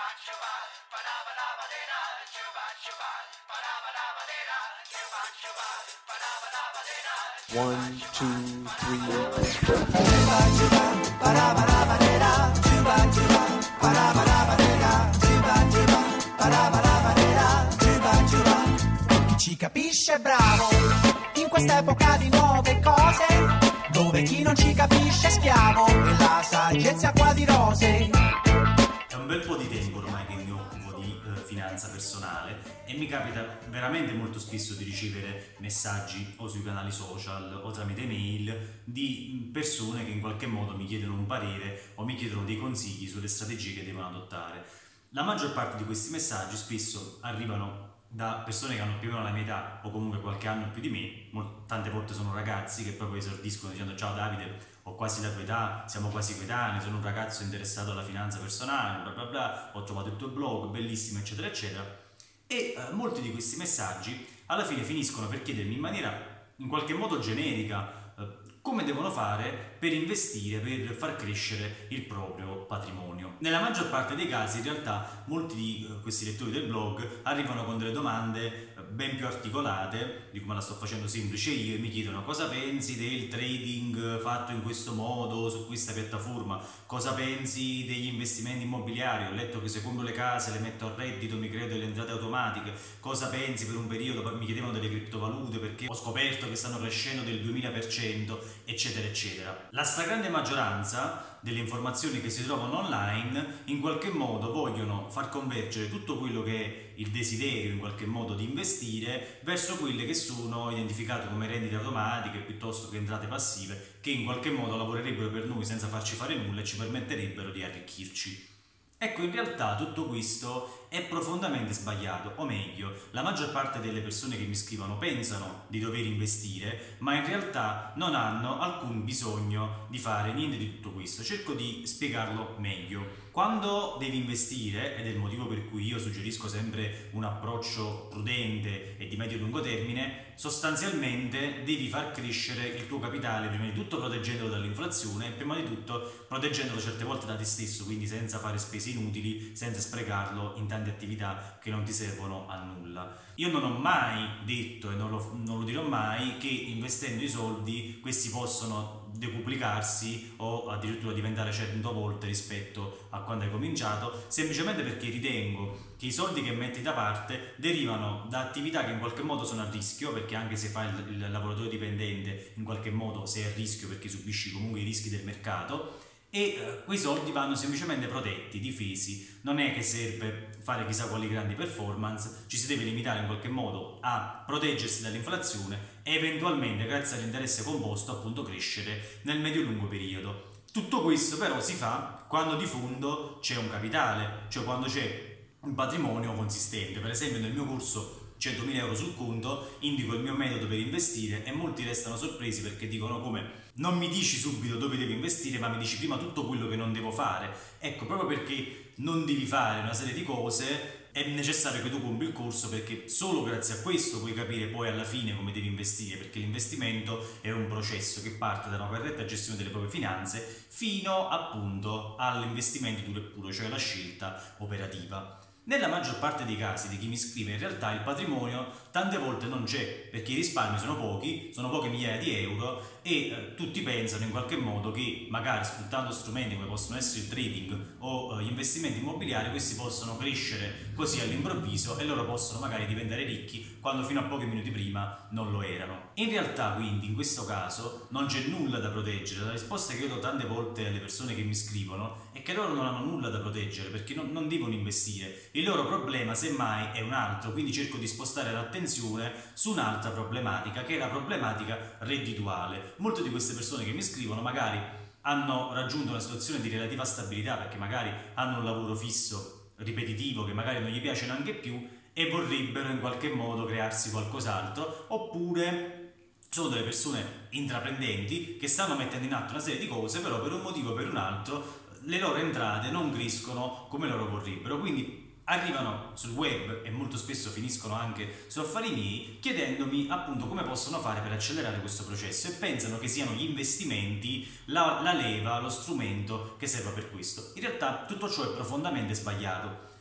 One, two, three. Chi ci capisce è bravo in quest'epoca di nuove cose, dove chi non ci capisce è schiavo e la saggezza qua di rose. È un bel po' di tempo ormai che mi occupo di finanza personale e mi capita veramente molto spesso di ricevere messaggi o sui canali social o tramite mail di persone che in qualche modo mi chiedono un parere o mi chiedono dei consigli sulle strategie che devono adottare. La maggior parte di questi messaggi spesso arrivano da persone che hanno più o meno la mia età o comunque qualche anno più di me. Tante volte sono ragazzi che proprio esordiscono dicendo: ciao Davide, ho quasi la tua età, siamo quasi coetanei, sono un ragazzo interessato alla finanza personale, bla bla bla, ho trovato il tuo blog, bellissimo, eccetera eccetera. E molti di questi messaggi alla fine finiscono per chiedermi in maniera in qualche modo generica come devono fare per investire, per far crescere il proprio patrimonio. Nella maggior parte dei casi in realtà molti di questi lettori del blog arrivano con delle domande ben più articolate di come la sto facendo semplice io e mi chiedono: cosa pensi del trading fatto in questo modo su questa piattaforma, cosa pensi degli investimenti immobiliari, ho letto che se compro le case le metto a reddito, mi creo delle entrate automatiche, cosa pensi per un periodo, mi chiedevano delle criptovalute perché ho scoperto che stanno crescendo del 2000%, eccetera eccetera. La stragrande maggioranza delle informazioni che si trovano online in qualche modo vogliono far convergere tutto quello che è il desiderio in qualche modo di investire verso quelle che sono identificate come rendite automatiche piuttosto che entrate passive, che in qualche modo lavorerebbero per noi senza farci fare nulla e ci permetterebbero di arricchirci. Ecco, in realtà tutto questo è profondamente sbagliato, o meglio, la maggior parte delle persone che mi scrivono pensano di dover investire, ma in realtà non hanno alcun bisogno di fare niente di tutto questo. Cerco di spiegarlo meglio. Quando devi investire, ed è il motivo per cui io suggerisco sempre un approccio prudente e di medio-lungo termine, sostanzialmente devi far crescere il tuo capitale, prima di tutto proteggendolo dall'inflazione e prima di tutto proteggendolo certe volte da te stesso, quindi senza fare spese inutili, senza sprecarlo in tante attività che non ti servono a nulla. Io non ho mai detto e non lo dirò mai che investendo i soldi questi possono decuplicarsi o addirittura diventare 100 volte rispetto a quando hai cominciato, semplicemente perché ritengo che i soldi che metti da parte derivano da attività che in qualche modo sono a rischio, perché anche se fai il lavoratore dipendente in qualche modo sei a rischio perché subisci comunque i rischi del mercato, e quei soldi vanno semplicemente protetti, difesi. Non è che serve fare chissà quali grandi performance, ci si deve limitare in qualche modo a proteggersi dall'inflazione e eventualmente grazie all'interesse composto appunto crescere nel medio-lungo periodo. Tutto questo però si fa quando di fondo c'è un capitale, cioè quando c'è un patrimonio consistente. Per esempio nel mio corso 100.000 euro sul conto, indico il mio metodo per investire e molti restano sorpresi perché dicono: come, non mi dici subito dove devo investire ma mi dici prima tutto quello che non devo fare. Ecco, proprio perché non devi fare una serie di cose è necessario che tu compri il corso, perché solo grazie a questo puoi capire poi alla fine come devi investire, perché l'investimento è un processo che parte da una corretta gestione delle proprie finanze fino appunto all'investimento duro e puro, cioè la scelta operativa. Nella maggior parte dei casi di chi mi scrive in realtà il patrimonio tante volte non c'è, perché i risparmi sono poche migliaia di euro e tutti pensano in qualche modo che magari sfruttando strumenti come possono essere il trading o gli investimenti immobiliari questi possono crescere così all'improvviso e loro possono magari diventare ricchi quando fino a pochi minuti prima non lo erano. In realtà quindi in questo caso non c'è nulla da proteggere. La risposta che io do tante volte alle persone che mi scrivono è che loro non hanno nulla da proteggere perché non devono investire. Il loro problema semmai è un altro, quindi cerco di spostare l'attenzione su un'altra problematica, che è la problematica reddituale. Molte di queste persone che mi scrivono magari hanno raggiunto una situazione di relativa stabilità perché magari hanno un lavoro fisso, ripetitivo, che magari non gli piace neanche più e vorrebbero in qualche modo crearsi qualcos'altro, oppure sono delle persone intraprendenti che stanno mettendo in atto una serie di cose, però per un motivo o per un altro le loro entrate non crescono come loro vorrebbero, quindi arrivano sul web e molto spesso finiscono anche su affari miei chiedendomi appunto come possono fare per accelerare questo processo e pensano che siano gli investimenti la leva, lo strumento che serva per questo. In realtà tutto ciò è profondamente sbagliato.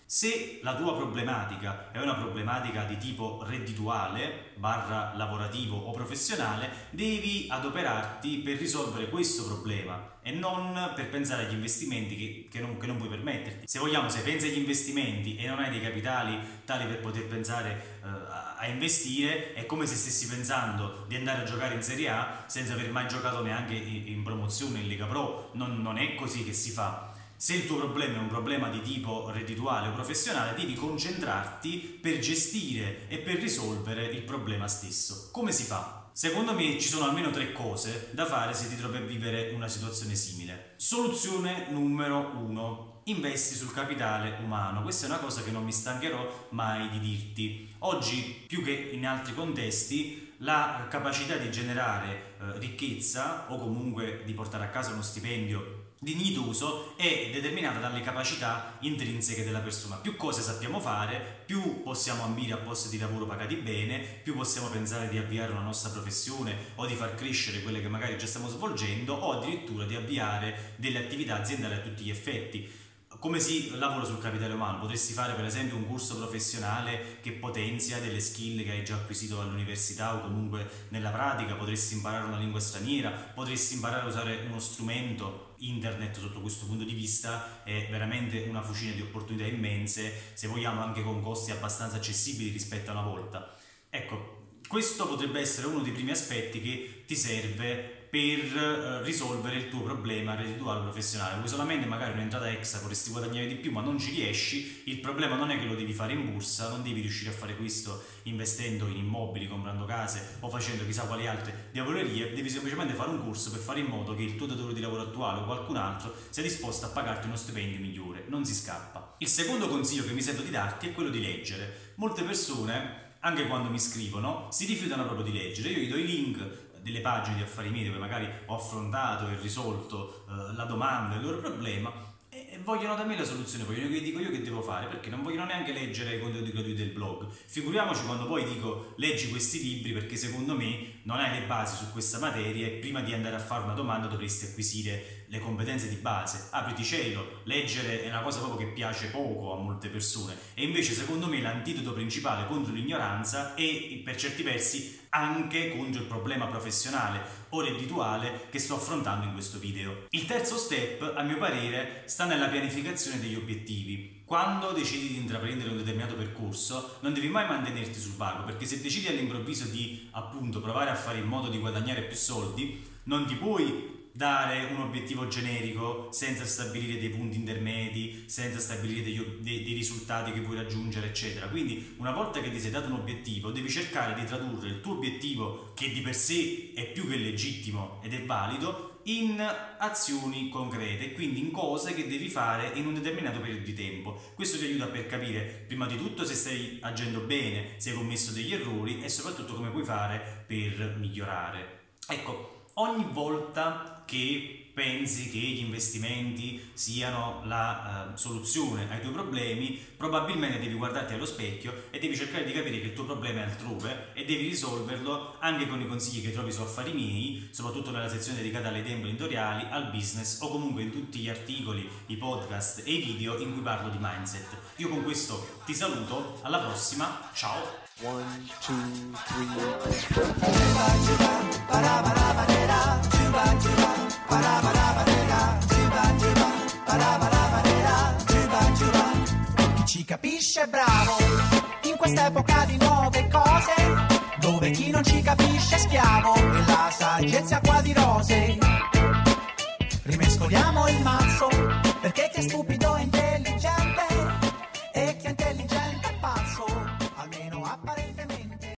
Se la tua problematica è una problematica di tipo reddituale, lavorativo o professionale, devi adoperarti per risolvere questo problema e non per pensare agli investimenti che non puoi permetterti. Se pensi agli investimenti e non hai dei capitali tali per poter pensare a investire, è come se stessi pensando di andare a giocare in Serie A senza aver mai giocato neanche in promozione in Lega Pro. Non è così che si fa. Se il tuo problema è un problema di tipo reddituale o professionale, devi concentrarti per gestire e per risolvere il problema stesso. Come si fa? Secondo me ci sono almeno 3 cose da fare se ti trovi a vivere una situazione simile. Soluzione numero 1. Investi sul capitale umano. Questa è una cosa che non mi stancherò mai di dirti. Oggi, più che in altri contesti, la capacità di generare ricchezza o comunque di portare a casa uno stipendio dignitoso è determinata dalle capacità intrinseche della persona. Più cose sappiamo fare, più possiamo ambire a posti di lavoro pagati bene, più possiamo pensare di avviare una nostra professione o di far crescere quelle che magari già stiamo svolgendo, o addirittura di avviare delle attività aziendali a tutti gli effetti. Come si lavora sul capitale umano? Potresti fare per esempio un corso professionale che potenzia delle skill che hai già acquisito all'università o comunque nella pratica, potresti imparare una lingua straniera, potresti imparare a usare uno strumento. Internet sotto questo punto di vista è veramente una fucina di opportunità immense, se vogliamo anche con costi abbastanza accessibili rispetto a una volta. Ecco, questo potrebbe essere uno dei primi aspetti che ti serve per risolvere il tuo problema reddituale professionale. Vuoi solamente magari un'entrata extra, vorresti guadagnare di più ma non ci riesci, il problema non è che lo devi fare in borsa, non devi riuscire a fare questo investendo in immobili, comprando case o facendo chissà quali altre diavolerie, devi semplicemente fare un corso per fare in modo che il tuo datore di lavoro attuale o qualcun altro sia disposto a pagarti uno stipendio migliore, non si scappa. Il secondo consiglio che mi sento di darti è quello di leggere. Molte persone, anche quando mi scrivono, si rifiutano proprio di leggere. Io gli do i link delle pagine di Affari Miei dove magari ho affrontato e risolto la domanda, il loro problema, e vogliono da me la soluzione, vogliono che dico io che devo fare, perché non vogliono neanche leggere i contenuti gratuiti del blog. Figuriamoci quando poi dico leggi questi libri, perché secondo me non hai le basi su questa materia e prima di andare a fare una domanda dovresti acquisire le competenze di base. Apriti cielo, leggere è una cosa proprio che piace poco a molte persone, e invece secondo me l'antidoto principale contro l'ignoranza e per certi versi anche contro il problema professionale o reddituale che sto affrontando in questo video. Il terzo step, a mio parere, sta nella pianificazione degli obiettivi. Quando decidi di intraprendere un determinato percorso non devi mai mantenerti sul vago, perché se decidi all'improvviso di appunto provare a fare in modo di guadagnare più soldi, non ti puoi dare un obiettivo generico senza stabilire dei punti intermedi, senza stabilire dei risultati che vuoi raggiungere, eccetera. Quindi una volta che ti sei dato un obiettivo devi cercare di tradurre il tuo obiettivo, che di per sé è più che legittimo ed è valido, in azioni concrete, quindi in cose che devi fare in un determinato periodo di tempo. Questo ti aiuta per capire prima di tutto se stai agendo bene, se hai commesso degli errori e soprattutto come puoi fare per migliorare. Ecco, ogni volta che pensi che gli investimenti siano la soluzione ai tuoi problemi, probabilmente devi guardarti allo specchio e devi cercare di capire che il tuo problema è altrove e devi risolverlo anche con i consigli che trovi su Affari Miei, soprattutto nella sezione dedicata alle idee imprenditoriali, al business o comunque in tutti gli articoli, i podcast e i video in cui parlo di mindset. Io con questo ti saluto, alla prossima, ciao! 1, 2, 3. Chi ci capisce è bravo, in quest'epoca di nuove cose, dove chi non ci capisce è schiavo e la saggezza qua di rose. Rimescoliamo il mazzo, perché chi è stupido